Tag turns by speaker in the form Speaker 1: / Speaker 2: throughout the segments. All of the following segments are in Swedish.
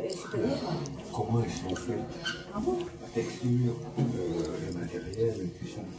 Speaker 1: Comment ils sont faits la texture, le matériel et tout ça.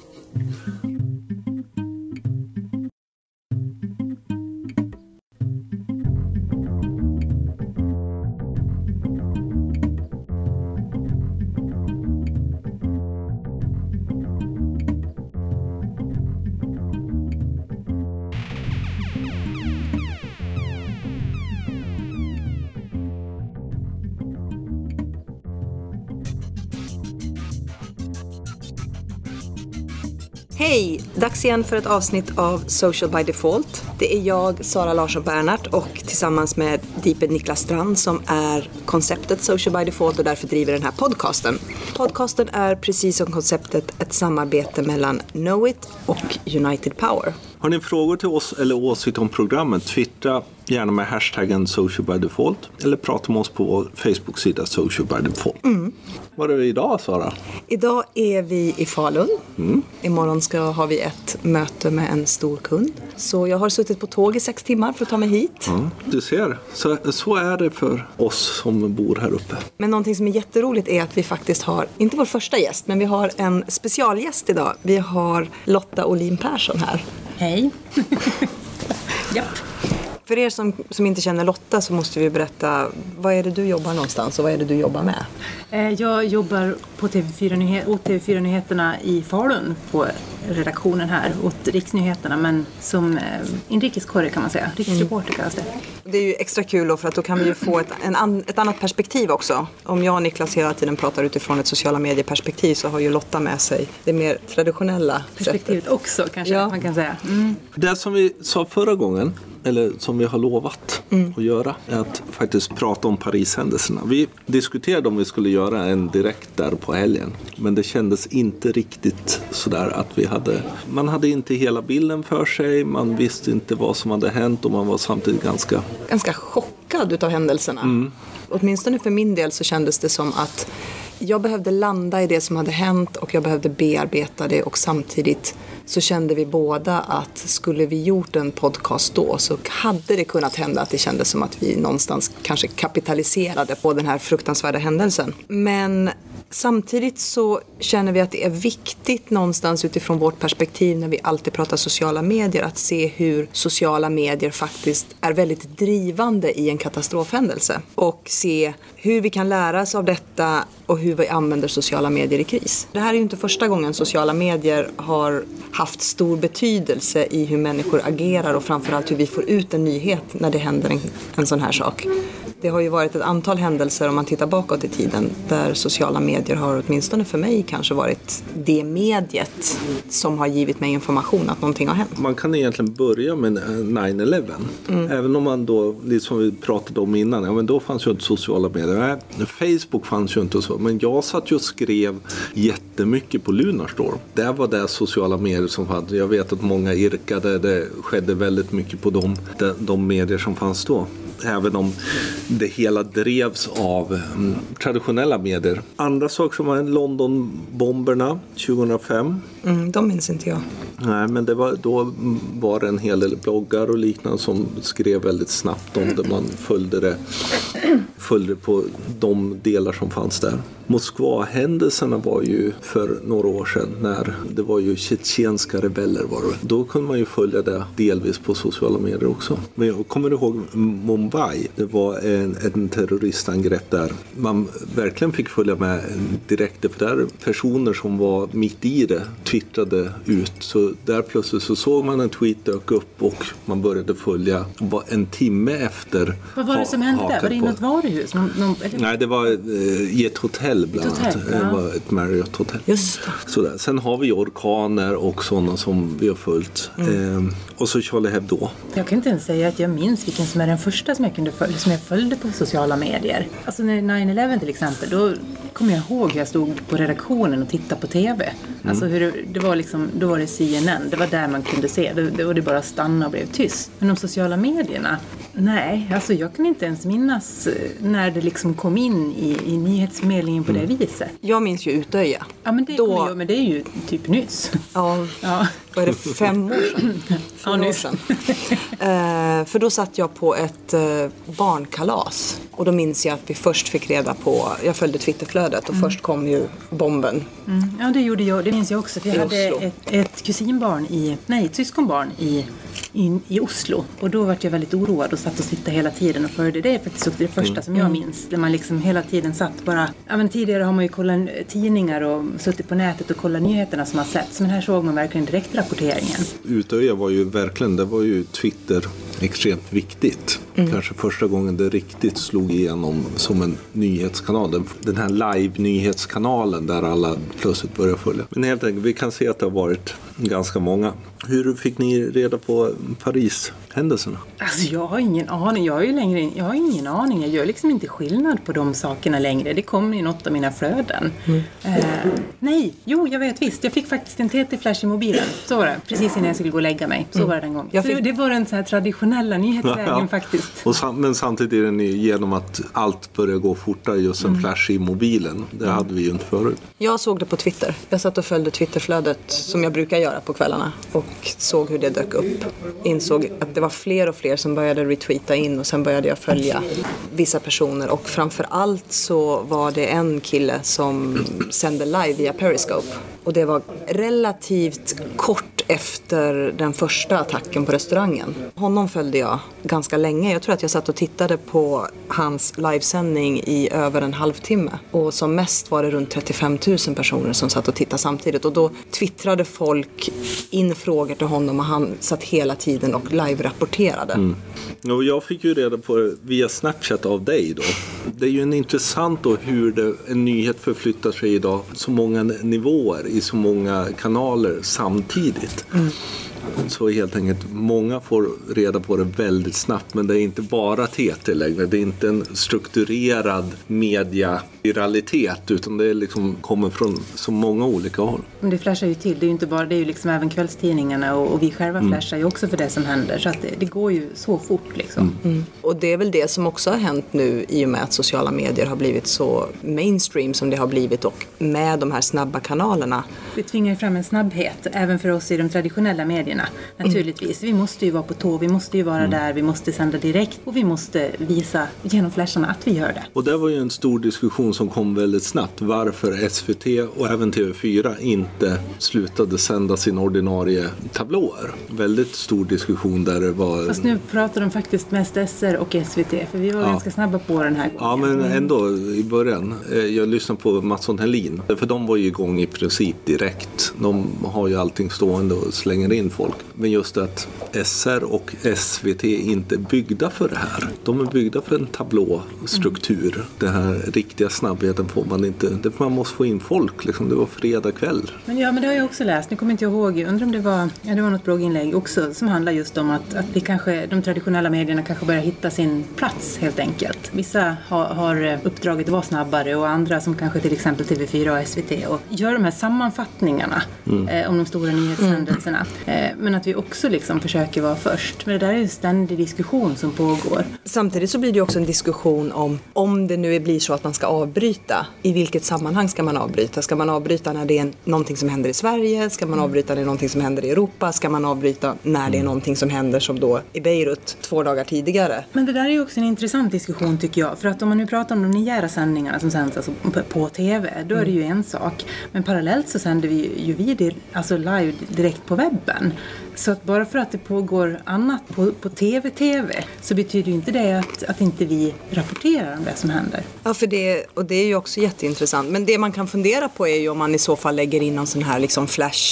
Speaker 2: Hej! Dags igen för ett avsnitt av Social by Default. Det är jag, Sara Larsson Bernhardt, och tillsammans med Deeped Niklas Strand som är konceptet Social by Default och därför driver den här podcasten. Podcasten är precis som konceptet ett samarbete mellan Knowit och United Power.
Speaker 3: Har ni frågor till oss eller åsikt om programmet, twittra gärna med hashtaggen Social by Default eller prata med oss på vår Facebook-sida Social by Default. Vad är det idag, Sara?
Speaker 2: Idag är vi i Falun. Imorgon har vi ett möte med en stor kund. Så jag har suttit på tåg i 6 timmar för att ta mig hit.
Speaker 3: Du ser, så är det för oss som bor här uppe.
Speaker 2: Men någonting som är jätteroligt är att vi faktiskt har, inte vår första gäst, men vi har en specialgäst idag. Vi har Lotta Olin Persson här.
Speaker 4: Hej. Japp.
Speaker 2: För er som inte känner Lotta så måste vi berätta, vad är det du jobbar någonstans och vad är det du jobbar med?
Speaker 4: Jag jobbar på TV4-nyheterna i Falun på redaktionen här åt Riksnyheterna, men som inrikeskorre kan man säga. Riksreporter kallas det.
Speaker 2: Det är ju extra kul då, för att då kan vi ju få ett annat perspektiv också. Om jag och Niklas hela tiden pratar utifrån ett sociala medieperspektiv så har ju Lotta med sig det mer traditionella
Speaker 4: perspektivet
Speaker 2: sättet.
Speaker 4: också kanske man kan säga.
Speaker 3: Det som vi sa förra gången, eller som vi har lovat att göra, är att faktiskt prata om Paris-händelserna. Vi diskuterade om vi skulle göra en direkt där på helgen, men det kändes inte riktigt sådär att man hade inte hela bilden för sig, man visste inte vad som hade hänt och man var samtidigt ganska
Speaker 2: chockad utav händelserna. Åtminstone för min del så kändes det som att jag behövde landa i det som hade hänt och jag behövde bearbeta det, och samtidigt så kände vi båda att skulle vi gjort en podcast då så hade det kunnat hända att det kändes som att vi någonstans kanske kapitaliserade på den här fruktansvärda händelsen. Men samtidigt så känner vi att det är viktigt någonstans utifrån vårt perspektiv när vi alltid pratar sociala medier att se hur sociala medier faktiskt är väldigt drivande i en katastrofhändelse och se hur vi kan lära oss av detta och hur vi använder sociala medier i kris. Det här är ju inte första gången sociala medier har haft stor betydelse i hur människor agerar och framförallt hur vi får ut en nyhet när det händer en sån här sak. Det har ju varit ett antal händelser om man tittar bakåt i tiden där sociala medier har åtminstone för mig kanske varit det mediet som har givit mig information att någonting har hänt.
Speaker 3: Man kan egentligen börja med 9/11. Även om man då, liksom vi pratade om innan, men då fanns ju inte sociala medier. Facebook fanns ju inte och så. Men jag satt ju och skrev jättemycket på Lunarstorm. Det var det sociala medier som fanns. Jag vet att många yrkade, det skedde väldigt mycket på de medier som fanns då. Även om det hela drevs av traditionella medier. Andra saker som var Londonbomberna 2005.
Speaker 2: De minns inte jag.
Speaker 3: Nej, men då var det en hel del bloggar och liknande som skrev väldigt snabbt om det. Man följde på de delar som fanns där. Moskva-händelserna var ju för några år sedan när det var ju tjetjenska rebeller var det. Då kunde man ju följa det delvis på sociala medier också. Men jag kommer ihåg Mumbai. Det var en terroristangrepp där. Man verkligen fick följa med direkt. För där personer som var mitt i det twittrade ut. Så där plötsligt så såg man en tweet dök upp och man började följa en timme efter.
Speaker 4: Vad var det som hände där? Var det i något varuhus?
Speaker 3: Nej, det var i ett hotell bland annat. Det var ett Marriott-hotell.
Speaker 2: Just det.
Speaker 3: Sådär. Sen har vi orkaner och sådana som vi har följt. Och så Charlie Hebdo.
Speaker 4: Jag kan inte ens säga att jag minns vilken som är den första som jag följde på sociala medier. Alltså när 9/11 till exempel, då kommer jag ihåg hur jag stod på redaktionen och tittade på tv. Alltså det var liksom, då var det CNN, det var där man kunde se. Det bara stanna och blev tyst. Men de sociala medierna, nej, alltså jag kan inte ens minnas när det liksom kom in i nyhetsförmedlingen på det viset.
Speaker 2: Jag minns ju Utöja.
Speaker 4: Ja, men men det är ju typ nyss.
Speaker 2: Ja. Vad är det, 5 år sedan?
Speaker 4: 4 år sedan.
Speaker 2: För då satt jag på ett barnkalas. Och då minns jag att vi först fick reda på, jag följde Twitterflödet och först kom ju bomben.
Speaker 4: Ja, det gjorde jag. Det minns jag också. För jag hade ett syskonbarn i Oslo. Och då var jag väldigt oroad och satt och tittade hela tiden och följde. Det är faktiskt också det första som jag minns. Där man liksom hela tiden satt bara... Ja, men tidigare har man ju kollat tidningar och suttit på nätet och kollat nyheterna som har släppts. Men här såg man verkligen direktrapporteringen.
Speaker 3: Utöja var ju verkligen, det var ju Twitter extremt viktigt. Kanske första gången det riktigt slog igenom som en nyhetskanal. Den här live-nyhetskanalen där alla plötsligt började följa. Men helt enkelt, vi kan se att det har varit ganska många. Hur fick ni reda på Paris-händelserna?
Speaker 4: Alltså jag har ingen aning. Jag har ingen aning. Jag gör liksom inte skillnad på de sakerna längre. Det kom i något av mina flöden. Jag vet visst. Jag fick faktiskt en TT-flash i mobilen. Så var det. Precis innan jag skulle gå och lägga mig. Så var det den gången. Det var den så här traditionella nyhetsvägen faktiskt.
Speaker 3: Men samtidigt är det genom att allt börjar gå fortare just en flash i mobilen. Det hade vi ju inte förut.
Speaker 2: Jag såg det på Twitter. Jag satt och följde Twitterflödet som jag brukar göra på kvällarna. Och såg hur det dök upp. Insåg att det var fler och fler som började retweeta in. Och sen började jag följa vissa personer. Och framförallt så var det en kille som sände live via Periscope. Och det var relativt kort efter den första attacken på restaurangen. Honom följde jag ganska länge. Jag tror att jag satt och tittade på hans livesändning i över en halvtimme. Och som mest var det runt 35 000 personer som satt och tittade samtidigt. Och då twittrade folk in frågor till honom och han satt hela tiden och live-rapporterade.
Speaker 3: Och jag fick ju reda på det via Snapchat av dig då. Det är ju en intressant då hur en nyhet förflyttar sig idag så många nivåer i så många kanaler samtidigt. Så helt enkelt, många får reda på det väldigt snabbt, men det är inte bara TT längre. Det är inte en strukturerad medieviralitet, utan det är liksom kommer från så många olika håll.
Speaker 4: Men det flashar ju till. Det är ju inte bara, det är ju liksom även kvällstidningarna och vi själva flashar ju också för det som händer. Så att det går ju så fort liksom.
Speaker 2: Och det är väl det som också har hänt nu i och med att sociala medier har blivit så mainstream som det har blivit och med de här snabba kanalerna.
Speaker 4: Det tvingar ju fram en snabbhet även för oss i de traditionella medierna. Naturligtvis. Vi måste ju vara på tå, vi måste ju vara där, vi måste sända direkt och vi måste visa genom flasharna att vi gör det.
Speaker 3: Och det var ju en stor diskussion som kom väldigt snabbt. Varför SVT och även TV4 inte slutade sända sin ordinarie tablåer. Väldigt stor diskussion där det var...
Speaker 4: Fast nu pratar de faktiskt mest SR och SVT för vi var ganska snabba på den här gången.
Speaker 3: Ja, men ändå i början. Jag lyssnade på Mattsson Helin. För de var ju igång i princip direkt. De har ju allting stående och slänger in folk. Men just att SR och SVT inte är byggda för det här. De är byggda för en tablåstruktur. Den här riktiga snabbheten får man inte. Man måste få in folk. Liksom. Det var fredag kväll.
Speaker 4: Men det har jag också läst. Nu kommer inte jag ihåg. Jag undrar om det var något blogginlägg också som handlar just om att vi kanske, de traditionella medierna kanske börjar hitta sin plats helt enkelt. Vissa har uppdraget att vara snabbare och andra som kanske till exempel TV4 och SVT och gör de här sammanfattningarna om de stora nyhetshändelserna. Men att vi också liksom försöker vara först. Men det där är en ständig diskussion som pågår.
Speaker 2: Samtidigt så blir det också en diskussion om det nu blir så att man ska avbryta. I vilket sammanhang ska man avbryta? Ska man avbryta när det är någonting som händer i Sverige? Ska man avbryta när det är någonting som händer i Europa? Ska man avbryta när det är någonting som händer som då i Beirut 2 dagar tidigare?
Speaker 4: Men det där är ju också en intressant diskussion tycker jag. För att om man nu pratar om de linjära sändningarna som sänds alltså på TV, då är det ju en sak. Men parallellt så sänder vi ju live direkt på webben. Så att bara för att det pågår annat på TV så betyder ju inte det att inte vi rapporterar om det som händer.
Speaker 2: Ja, för det är ju också jätteintressant. Men det man kan fundera på är ju om man i så fall lägger in någon sån här liksom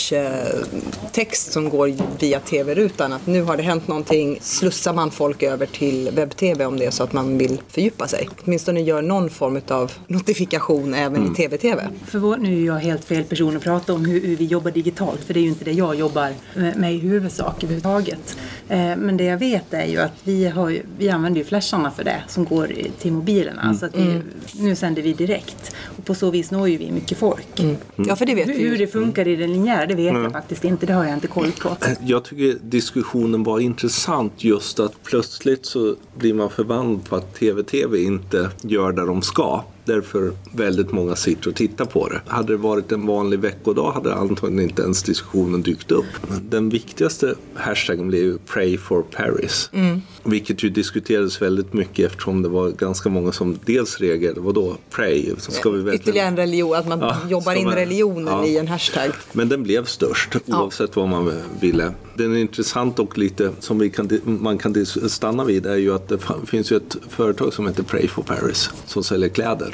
Speaker 2: flash-text som går via TV-rutan. Att nu har det hänt någonting, slussar man folk över till webb-TV om det är så att man vill fördjupa sig. Åtminstone gör någon form av notifikation även i TV.
Speaker 4: Nu är jag helt fel person att prata om hur vi jobbar digitalt. För det är ju inte det jag jobbar med i huvudsak överhuvudtaget. Men det jag vet är ju att vi använder ju flasharna för det som går till mobilerna. Så att nu sänder vi direkt. Och på så vis når ju vi mycket folk.
Speaker 2: Ja, för det vet vi.
Speaker 4: Hur det funkar i den linjära, det vet jag faktiskt inte. Det har jag inte koll på.
Speaker 3: Jag tycker diskussionen var intressant just att plötsligt så blir man förbannad på att TV inte gör det de ska. Därför väldigt många sitter och tittar på det. Hade det varit en vanlig veckodag hade antagligen inte ens diskussionen dykt upp. Den viktigaste hashtaggen blev ju Pray for Paris. Vilket ju diskuterades väldigt mycket eftersom det var ganska många som dels reagerade. Vadå? Pray? Ska vi verkligen...
Speaker 2: Ytterligare en religion, att man jobbar in religionen i en hashtag.
Speaker 3: Men den blev störst oavsett vad man ville. Den är intressant och lite som man kan stanna vid är ju att det finns ju ett företag som heter Pray for Paris som säljer kläder.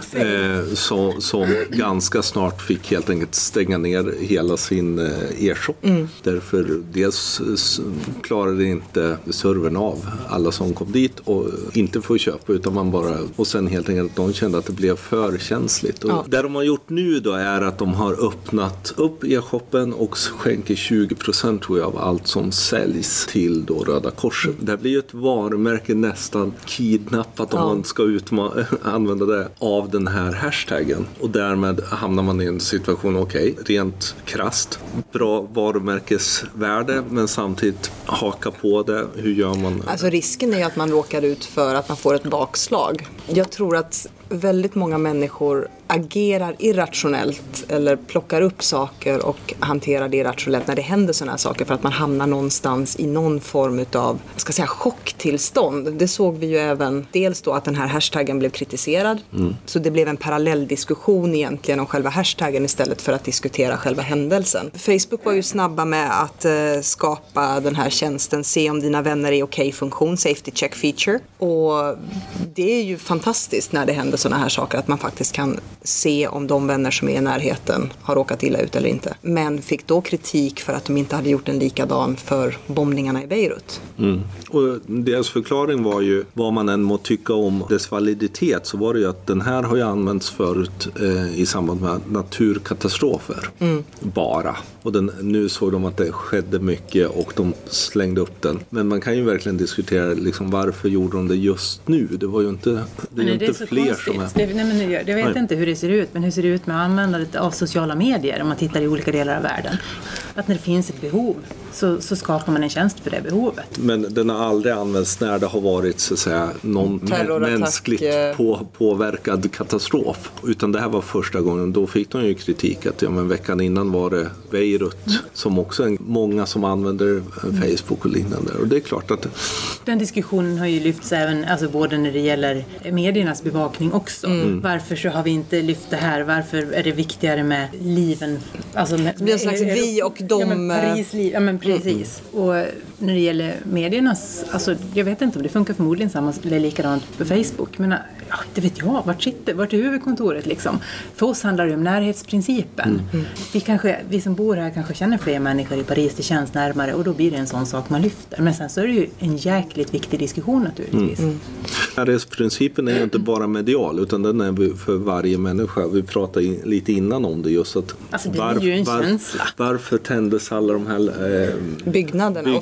Speaker 3: Som ganska snart fick helt enkelt stänga ner hela sin e-shop. Därför dels klarade inte servern av alla som kom dit och inte får köpa utan man bara, och sen helt enkelt att de kände att det blev för känsligt. Och det de har gjort nu då är att de har öppnat upp e-shoppen och skänker 20% tror jag av allt som säljs till då Röda Korset. Det blir ju ett varumärke nästan kidnappat om man ska använda det av den här hashtaggen. Och därmed hamnar man i en situation, rent krasst, bra varumärkesvärde men samtidigt haka på det. Hur gör man?
Speaker 2: Alltså risken är att man råkar ut för att man får ett bakslag. Jag tror att väldigt många människor agerar irrationellt eller plockar upp saker och hanterar det irrationellt när det händer sådana här saker för att man hamnar någonstans i någon form av, chocktillstånd. Det såg vi ju även dels då att den här hashtaggen blev kritiserad. Så det blev en parallell diskussion egentligen om själva hashtaggen istället för att diskutera själva händelsen. Facebook var ju snabba med att skapa den här tjänsten se om dina vänner är okej-funktion, safety check feature. Och det är ju fantastiskt när det händer sådana här saker att man faktiskt kan se om de vänner som är i närheten har råkat illa ut eller inte. Men fick då kritik för att de inte hade gjort en likadan för bombningarna i Beirut.
Speaker 3: Och deras förklaring var ju, vad man än må tycka om dess validitet, så var det ju att den här har ju använts förut i samband med naturkatastrofer. Bara. Och nu såg de att det skedde mycket och de slängde upp den. Men man kan ju verkligen diskutera liksom, varför gjorde de det just nu? Det var ju inte, det är inte fler konstigt. Som är...
Speaker 4: Jag vet inte hur det ser ut, men hur ser det ut med användandet av sociala medier om man tittar i olika delar av världen? Att när det finns ett behov så skapar man en tjänst för det behovet.
Speaker 3: Men den har aldrig använts när det har varit så att säga någon mänskligt påverkad katastrof. Utan det här var första gången. Då fick de ju kritik att veckan innan var det Beirut som också är många som använder Facebook och liknande. Och det är klart att
Speaker 4: den diskussionen har ju lyfts även både när det gäller mediernas bevakning också. Varför så har vi inte lyft det här? Varför är det viktigare med liven? Alltså med,
Speaker 2: det blir en slags vi och dem.
Speaker 4: Ja, men precis. Och när det gäller mediernas, jag vet inte om det funkar förmodligen samma eller likadant på Facebook, men det vet jag, vart är huvudkontoret liksom? För oss handlar det om närhetsprincipen. Vi som bor här kanske känner fler människor i Paris, det känns närmare och då blir det en sån sak man lyfter. Men sen så är det ju en jäkligt viktig diskussion naturligtvis.
Speaker 3: Närhetsprincipen är ju inte bara medial utan den är för varje människa. Vi pratade lite innan om det just att
Speaker 4: det är ju en känsla.
Speaker 3: Varför tändes alla de här
Speaker 2: byggnaderna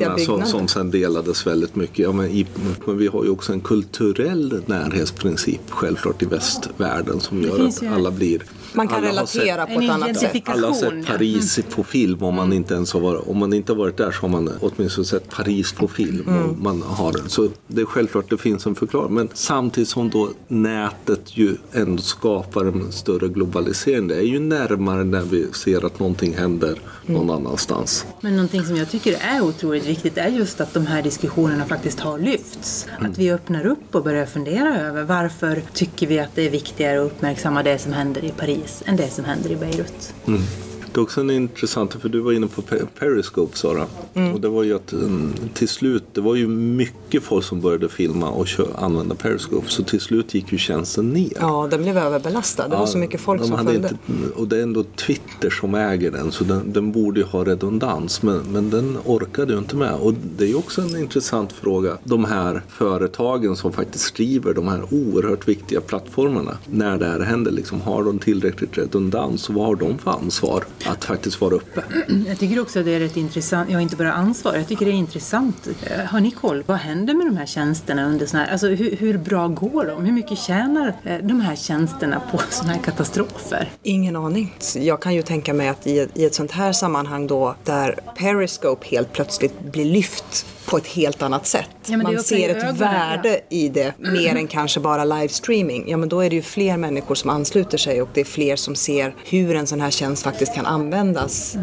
Speaker 3: som sen delades väldigt mycket. Men vi har ju också en kulturell närhetsprincip självklart i västvärlden som gör att alla blir...
Speaker 2: Man kan relatera på ett annat sätt.
Speaker 3: Alla har sett Paris på film om man inte ens om man inte har varit där så har man åtminstone sett Paris på film. Och man har, så det är självklart det finns en förklaring. Men samtidigt som då nätet ju ändå skapar en större globalisering. Det är ju närmare när vi ser att någonting händer någon annanstans.
Speaker 4: Men någonting som jag tycker är otroligt viktigt är just att de här diskussionerna faktiskt har lyfts. Att vi öppnar upp och börjar fundera över varför tycker vi att det är viktigare att uppmärksamma det som händer i Paris än det som händer i Beirut.
Speaker 3: Det är också en intressant, för du var inne på Periscope, Sara. Och det var ju att till slut, det var ju mycket folk som började filma och använda Periscope. Så till slut gick ju tjänsten ner.
Speaker 2: Ja, den blev överbelastad. Det var så mycket folk som följde.
Speaker 3: Och det är ändå Twitter som äger den, så den borde ju ha redundans. Men den orkade ju inte med. Och det är ju också en intressant fråga. De här företagen som faktiskt skriver de här oerhört viktiga plattformarna. När det här händer, liksom, har de tillräckligt redundans och vad har de för ansvar att faktiskt vara uppe?
Speaker 4: Jag tycker också att det är rätt intressant. Jag har inte bara ansvar, jag tycker det är intressant. Har ni koll? Vad händer med de här tjänsterna under såna här, alltså hur bra går de? Hur mycket tjänar de här tjänsterna på såna här katastrofer?
Speaker 2: Ingen aning. Jag kan ju tänka mig att i ett sånt här sammanhang då, där Periscope helt plötsligt blir lyft på ett helt annat sätt. Ja, man ser ett värde i det mer än kanske bara livestreaming. Ja, men då är det ju fler människor som ansluter sig och det är fler som ser hur en sån här tjänst faktiskt kan användas. Så att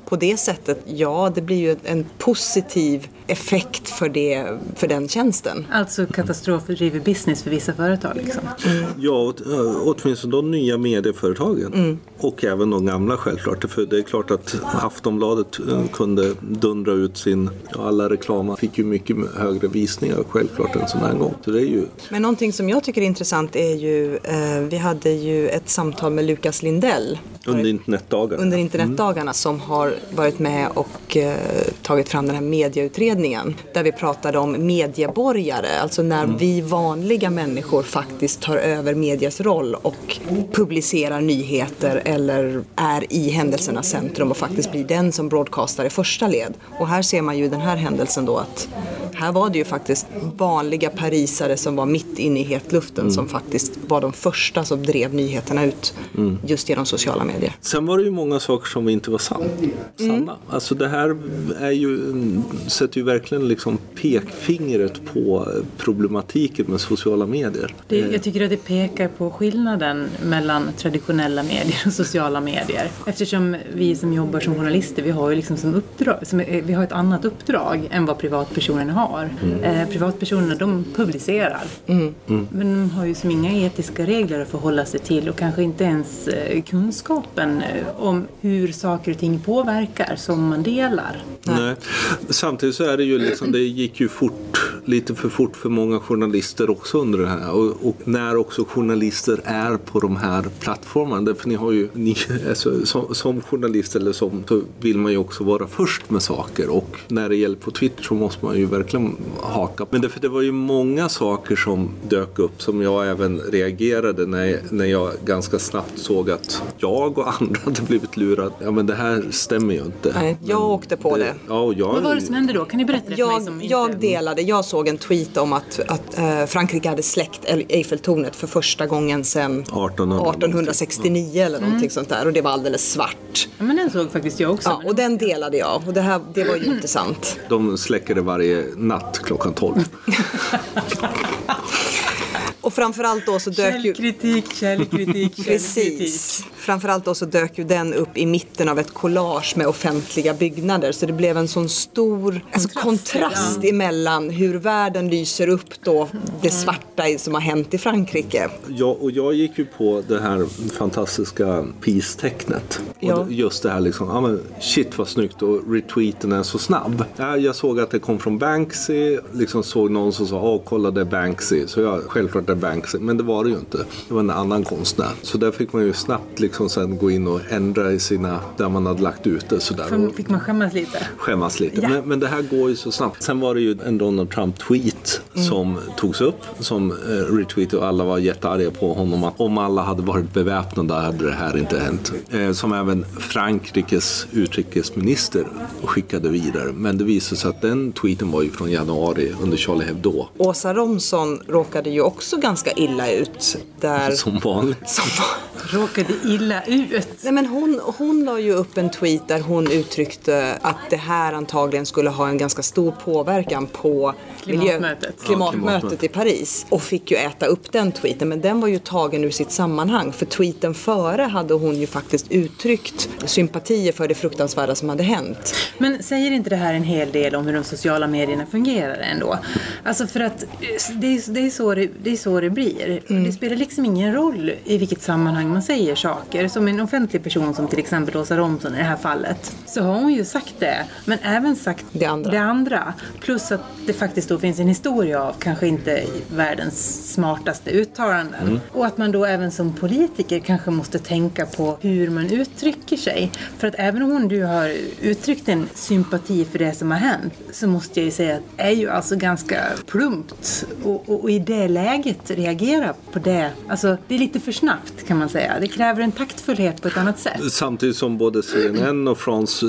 Speaker 2: på det sättet, ja, det blir ju en positiv effekt för den tjänsten.
Speaker 4: Alltså katastrofdriven business för vissa företag liksom.
Speaker 3: Ja, åtminstone de nya medieföretagen. Och även de gamla självklart. För det är klart att Aftonbladet kunde dundra ut alla reklamer fick ju mycket högre visningar självklart än sån här gång. Så det är ju...
Speaker 2: Men någonting som jag tycker är intressant är ju, vi hade ju ett samtal med Lukas Lindell.
Speaker 3: Under internetdagarna.
Speaker 2: Som har varit med och tagit fram den här medieutredningen. Där vi pratade om medieborgare. Alltså när vi vanliga människor faktiskt tar över medias roll och publicerar nyheter eller är i händelsernas centrum och faktiskt blir den som broadcastar i första led. Och här ser man ju den här händelsen då att här var det ju faktiskt vanliga parisare som var mitt inne i hetluften som faktiskt var de första som drev nyheterna ut just genom sociala medier.
Speaker 3: Sen var det ju många saker som inte var sanna. Alltså det här sätter ju verkligen liksom pekfingret på problematiken med sociala medier.
Speaker 4: Jag tycker att det pekar på skillnaden mellan traditionella medier och sociala medier. Eftersom vi som jobbar som journalister, vi har ju liksom som uppdrag, vi har ett annat uppdrag än vad privatpersonerna har. Privatpersonerna, de publicerar. Men de har ju som inga etiska regler att förhålla sig till och kanske inte ens kunskapen om hur saker och ting påverkar som man delar.
Speaker 3: Nej. Samtidigt så är det ju liksom, det gick ju lite för fort för många journalister också under det här. Och när också journalister är på de här plattformarna, för ni har ju alltså, som journalist eller så vill man ju också vara först med saker, och när det gäller på Twitter så måste man ju verkligen haka. Men det var ju många saker som dök upp som jag även reagerade när jag ganska snabbt såg att jag och andra hade blivit lurad. Ja, men det här stämmer ju inte. Nej,
Speaker 2: jag åkte på det.
Speaker 3: Ja,
Speaker 4: vad var det som hände då? Kan ni berätta det för mig?
Speaker 2: Jag såg en tweet om att Frankrike hade släckt Eiffeltornet för första gången sedan 1869 eller någonting sånt där, och det var alldeles svart.
Speaker 4: Ja, men den såg faktiskt jag också.
Speaker 2: Ja, och den delade jag, och det var ju intressant.
Speaker 3: De släcker det varje natt klockan 12.
Speaker 2: Och framförallt då så dök ju...
Speaker 4: Källkritik.
Speaker 2: Precis. Framförallt då så dök ju den upp i mitten av ett collage med offentliga byggnader. Så det blev en sån stor kontrast emellan hur världen lyser upp då det svarta som har hänt i Frankrike.
Speaker 3: Ja, och jag gick ju på det här fantastiska peace-tecknet. Och just det här liksom, ja men shit vad snyggt, och retweeten är så snabb. Jag såg att det kom från Banksy, liksom såg någon som sa, kolla det är Banksy. Så jag självklart är Banksy, men det var det ju inte. Det var en annan konstnär. Så där fick man ju snabbt liksom sen gå in och ändra i sina, där man hade lagt ut det sådär.
Speaker 4: Fick man skämmas lite?
Speaker 3: Skämmas lite, ja. Men det här går ju så snabbt. Sen var det ju en Donald Trump-tweet som togs upp, som retweet, och alla var jättearga på honom att om alla hade varit beväpnade hade det här inte hänt. Som även Frankrikes utrikesminister skickade vidare. Men det visade sig att den tweeten var ju från januari under Charlie Hebdo.
Speaker 2: Åsa Romson råkade ju också ganska illa ut. Där...
Speaker 3: Som vanligt.
Speaker 4: Råkade illa ut?
Speaker 2: Nej, men hon la ju upp en tweet där hon uttryckte att det här antagligen skulle ha en ganska stor påverkan på klimatmötet i Paris. Och fick ju äta upp den tweeten, men den var ju tagen ur sitt sammanhang. För tweeten före hade hon ju faktiskt uttryckt sympatier för det fruktansvärda som hade hänt.
Speaker 4: Men säger inte det här en hel del om hur de sociala medierna fungerar ändå? Alltså för att det är så det blir. Det spelar liksom ingen roll i vilket sammanhang man säger saker. Som en offentlig person som till exempel Åsa Romson i det här fallet, så har hon ju sagt det, men även sagt det andra. Plus att det faktiskt då finns en historia av kanske inte världens smartaste uttalanden. Och att man då även som politiker kanske måste tänka på hur man uttrycker sig. För att även om du har uttryckt en sympati för det som har hänt, så måste jag ju säga att det är ju alltså ganska plumpt. Och i det läget reagera på det. Alltså det är lite för snabbt kan man säga. Det kräver en taktfullhet på ett annat sätt.
Speaker 3: Samtidigt som både CNN och France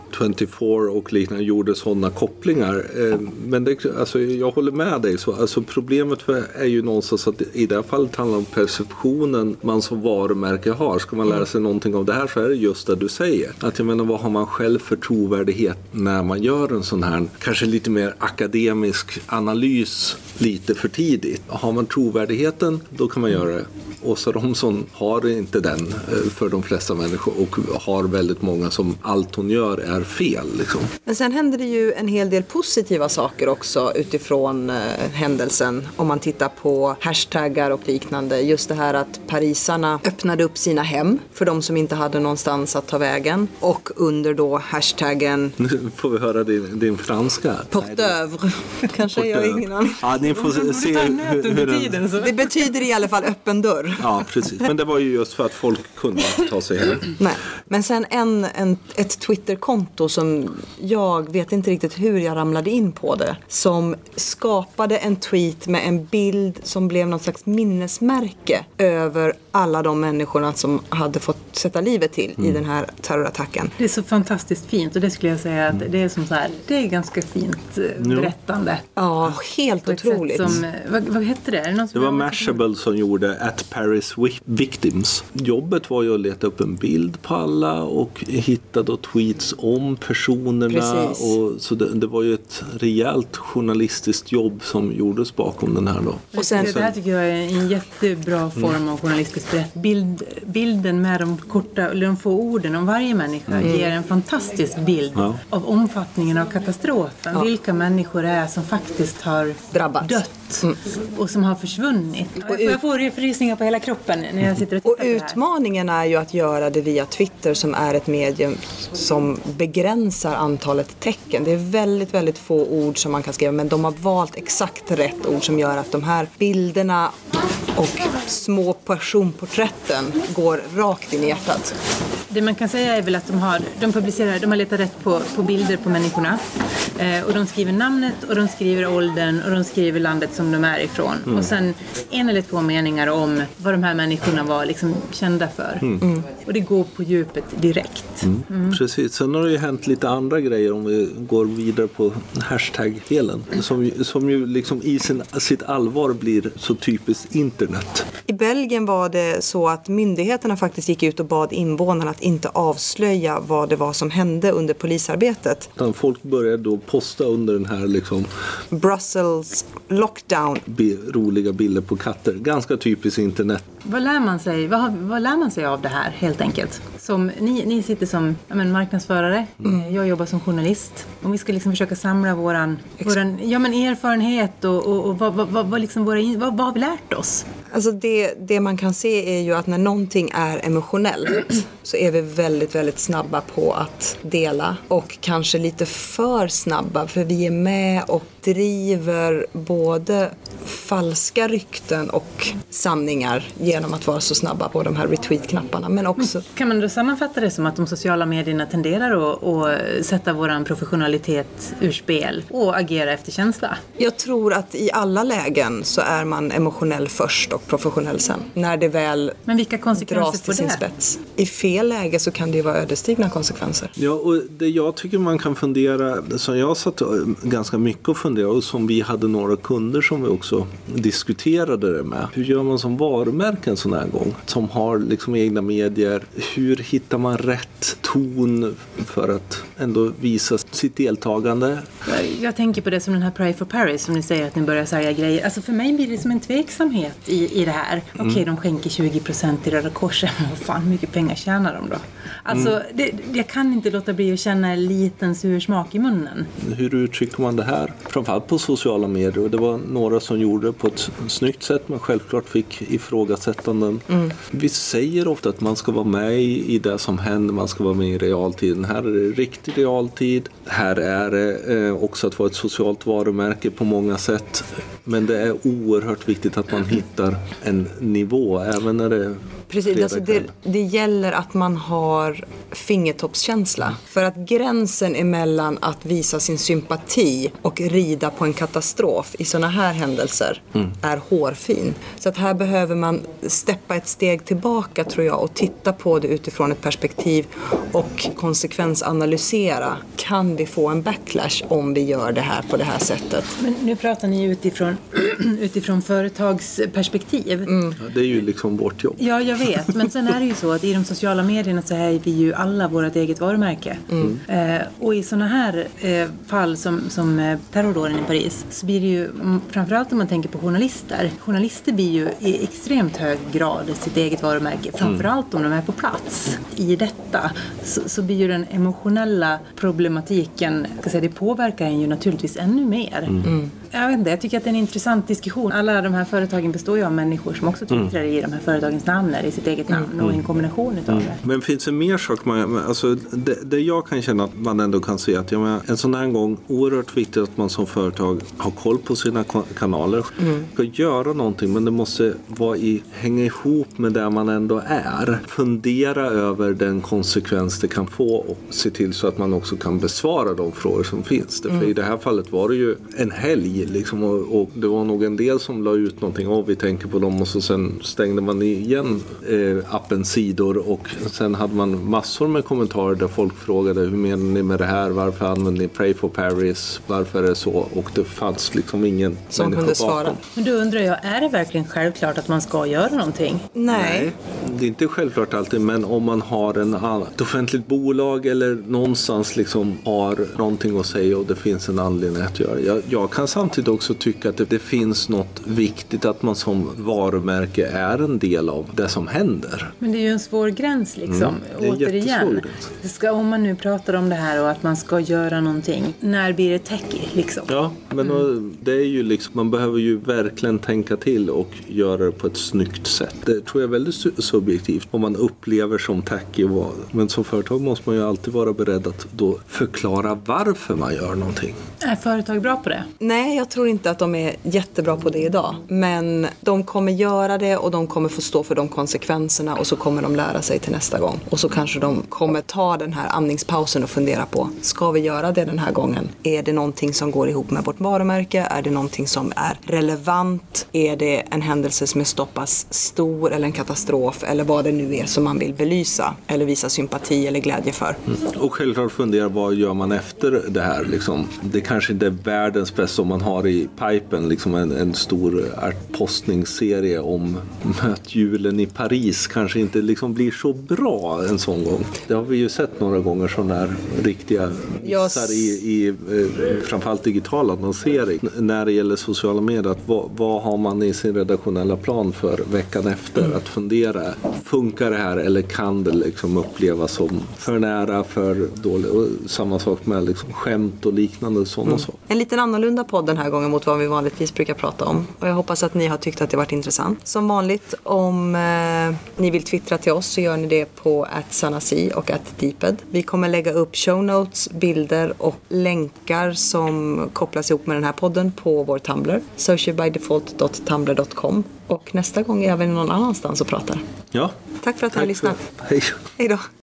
Speaker 3: 24 och liknande gjorde sådana kopplingar. Men det, alltså, jag håller med dig. Så, alltså, problemet är ju någonstans att i det här fallet handlar om perceptionen man som varumärke har. Ska man lära sig någonting av det här, så är det just det du säger. Att jag menar, vad har man själv för trovärdighet när man gör en sån här kanske lite mer akademisk analys lite för tidigt. Har man trovärdigheten, då kan man göra det. Åsa Romson har inte den för de flesta människor och har väldigt många som allt hon gör är fel. Liksom.
Speaker 2: Men sen händer det ju en hel del positiva saker också utifrån händelsen. Om man tittar på hashtaggar och liknande. Just det här att parisarna öppnade upp sina hem för de som inte hade någonstans att ta vägen. Och under då hashtaggen...
Speaker 3: Nu får vi höra din franska.
Speaker 2: Portövre. Kanske jag ingen aning.
Speaker 3: Ja, ni får se hur den...
Speaker 2: Det betyder i alla fall öppen dörr.
Speaker 3: Ja, precis. Men det var ju just för att folk kunde ta sig hem.
Speaker 2: Nej. Men sen ett Twitterkonto som jag vet inte riktigt hur jag ramlade in på det. Som skapade en tweet med en bild som blev något slags minnesmärke över alla de människorna som hade fått sätta livet till i den här terrorattacken.
Speaker 4: Det är så fantastiskt fint och det skulle jag säga att det är som så här, det är ganska fint berättande.
Speaker 2: Ja, helt otroligt.
Speaker 4: Som, vad hette det?
Speaker 3: Det var Mashable som gjorde At Paris Victims. Jobbet var ju att leta upp en bild på alla och hitta då tweets om personerna. Och så det var ju ett rejält journalistiskt jobb som gjordes bakom den här då.
Speaker 4: Och sen, det här tycker jag är en jättebra form av journalistisk bilden med de korta eller de få orden om varje människa ger en fantastisk bild av omfattningen av katastrofen. Ja. Vilka människor är som faktiskt har dött och som har försvunnit. Jag får förrysningar på hela kroppen när jag sitter och tittar på det här.
Speaker 2: Utmaningen är ju att göra det via Twitter som är ett medium som begränsar antalet tecken. Det är väldigt, väldigt få ord som man kan skriva, men de har valt exakt rätt ord som gör att de här bilderna och små personporträtten går rakt in i hjärtat.
Speaker 4: Det man kan säga är väl att de har letat rätt på bilder på människorna. Och de skriver namnet och de skriver åldern och de skriver landet som de är ifrån. Och sen en eller två meningar om vad de här människorna var liksom kända för. Och det går på djupet direkt.
Speaker 3: Precis, sen har det ju hänt lite andra grejer om vi går vidare på hashtag-delen. Som ju liksom i sitt allvar blir så typiskt internet.
Speaker 2: I Belgien var det så att myndigheterna faktiskt gick ut och bad invånarna att inte avslöja vad det var som hände under polisarbetet.
Speaker 3: Folk började då posta under den här liksom
Speaker 2: Brussels lockdown.
Speaker 3: Roliga bilder på katter. Ganska typiskt internet.
Speaker 4: Vad lär man sig? Vad lär man sig av det här helt enkelt? Som ni sitter som marknadsförare. Jag jobbar som journalist. Om vi ska liksom försöka samla våran erfarenhet och vad har vi lärt oss?
Speaker 2: Alltså det man kan se är ju att när någonting är emotionellt så är vi väldigt, väldigt snabba på att dela. Och kanske lite för snabba, för vi är med och driver både falska rykten och sanningar genom att vara så snabba på de här retweet-knapparna. Men också...
Speaker 4: Kan man då sammanfatta det som att de sociala medierna tenderar att sätta våran professionalitet ur spel och agera efter känsla?
Speaker 2: Jag tror att i alla lägen så är man emotionell först och professionell sen. När det väl
Speaker 4: Men vilka konsekvenser
Speaker 2: dras till sin spets. I fel läge så kan det ju vara ödesdigra konsekvenser.
Speaker 3: Ja, och det jag tycker man kan fundera, så jag satt ganska mycket och funderade, och som vi hade några kunder som vi också diskuterade det med. Hur gör man som varumärke en sån här gång? Som har liksom egna medier. Hur hittar man rätt ton för att ändå visa sitt deltagande?
Speaker 4: Jag tänker på det som den här Pray for Paris som ni säger att ni börjar sälja grejer. Alltså för mig blir det som en tveksamhet i det här. Okej, de skänker 20% till Röda Korset. Men vad fan, hur mycket pengar tjänar de då? Alltså, jag kan inte låta bli att känna en liten sur smak i munnen.
Speaker 3: Hur uttrycker man det här? Framförallt på sociala medier. Och det var några som gjorde det på ett snyggt sätt, men självklart fick ifrågasättanden. Vi säger ofta att man ska vara med i det som händer. Man ska vara med i realtiden. Här är det riktig realtid. Här är det också att vara ett socialt varumärke på många sätt. Men det är oerhört viktigt att man hittar en nivå, även när det
Speaker 2: Precis, alltså det gäller att man har fingertoppskänsla. För att gränsen emellan att visa sin sympati och rida på en katastrof i såna här händelser är hårfin. Så att här behöver man steppa ett steg tillbaka, tror jag, och titta på det utifrån ett perspektiv och konsekvensanalysera. Kan vi få en backlash om vi gör det här på det här sättet?
Speaker 4: Men nu pratar ni utifrån företagsperspektiv.
Speaker 3: Ja, det är ju liksom vårt jobb.
Speaker 4: Ja, jag vet. Men sen är det ju så att i de sociala medierna så är vi ju alla vårt eget varumärke. Och i sådana här fall som terrordåden i Paris så blir det ju, framförallt om man tänker på journalister. Journalister blir ju i extremt hög grad sitt eget varumärke. Framförallt om de är på plats. I detta så blir ju den emotionella problematiken, det påverkar en ju naturligtvis ännu mer. Jag vet inte, jag tycker att det är en intressant diskussion. Alla de här företagen består ju av människor som också twittrar i de här företagens namn, i sitt eget namn och en kombination utav det.
Speaker 3: Men finns det mer saker alltså det jag kan känna att man ändå kan se att en sån här gång oerhört viktigt att man som företag har koll på sina kanaler. Ska göra någonting, men det måste hänga ihop med där man ändå är. Fundera över den konsekvens det kan få och se till så att man också kan besvara de frågor som finns. För i det här fallet var det ju en helg liksom, och det var nog en del som la ut någonting vi tänker på dem och så sen stängde man igen appens sidor och sen hade man massor med kommentarer där folk frågade hur menar ni med det här, varför använder ni Pray for Paris, varför är det så, och det fanns liksom ingen
Speaker 2: som kunde svara.
Speaker 4: Men då undrar jag, är det verkligen självklart att man ska göra någonting?
Speaker 2: Nej,
Speaker 3: det är inte självklart alltid, men om man har ett offentligt bolag eller någonstans liksom har någonting att säga och det finns en anledning att göra. Jag kan samtidigt också tycka att det finns något viktigt att man som varumärke är en del av det som händer. Men
Speaker 4: det är ju en svår gräns liksom. Återigen. Om man nu pratar om det här och att man ska göra någonting, när blir det techy liksom?
Speaker 3: Ja, men det är ju liksom, man behöver ju verkligen tänka till och göra det på ett snyggt sätt. Det tror jag är väldigt subjektivt om man upplever som techy. Men som företag måste man ju alltid vara beredd att då förklara varför man gör någonting.
Speaker 4: Är företag bra på det?
Speaker 2: Nej, jag tror inte att de är jättebra på det idag. Men de kommer göra det och de kommer få stå för de konsekvenserna och så kommer de lära sig till nästa gång. Och så kanske de kommer ta den här andningspausen och fundera på, ska vi göra det den här gången? Är det någonting som går ihop med vårt varumärke? Är det någonting som är relevant? Är det en händelse som är stoppas stor eller en katastrof eller vad det nu är som man vill belysa eller visa sympati eller glädje för?
Speaker 3: Och självklart fundera, vad gör man efter det här? Liksom? Det kanske inte är världens bästa om man har i pipen liksom en stor postningsserie om mötjulen i Paris kanske inte liksom blir så bra en sån gång. Det har vi ju sett några gånger, sådana här riktiga missar i framförallt digital annonsering. När det gäller sociala medier, att vad har man i sin redaktionella plan för veckan efter? Att fundera, funkar det här eller kan det liksom upplevas som för nära, för dåligt? Och samma sak med liksom skämt och liknande sådana saker.
Speaker 2: En liten annorlunda podd den här gången mot vad vi vanligtvis brukar prata om. Och jag hoppas att ni har tyckt att det varit intressant. Som vanligt, om ni vill twittra till oss så gör ni det på @sanasi och @deeped. Vi kommer lägga upp show notes, bilder och länkar som kopplas ihop med den här podden på vår Tumblr, socialbydefault.tumblr.com. Och nästa gång är vi någon annanstans och pratar.
Speaker 3: Ja.
Speaker 2: Tack för att ni har lyssnat.
Speaker 3: Hej.
Speaker 2: Hej då.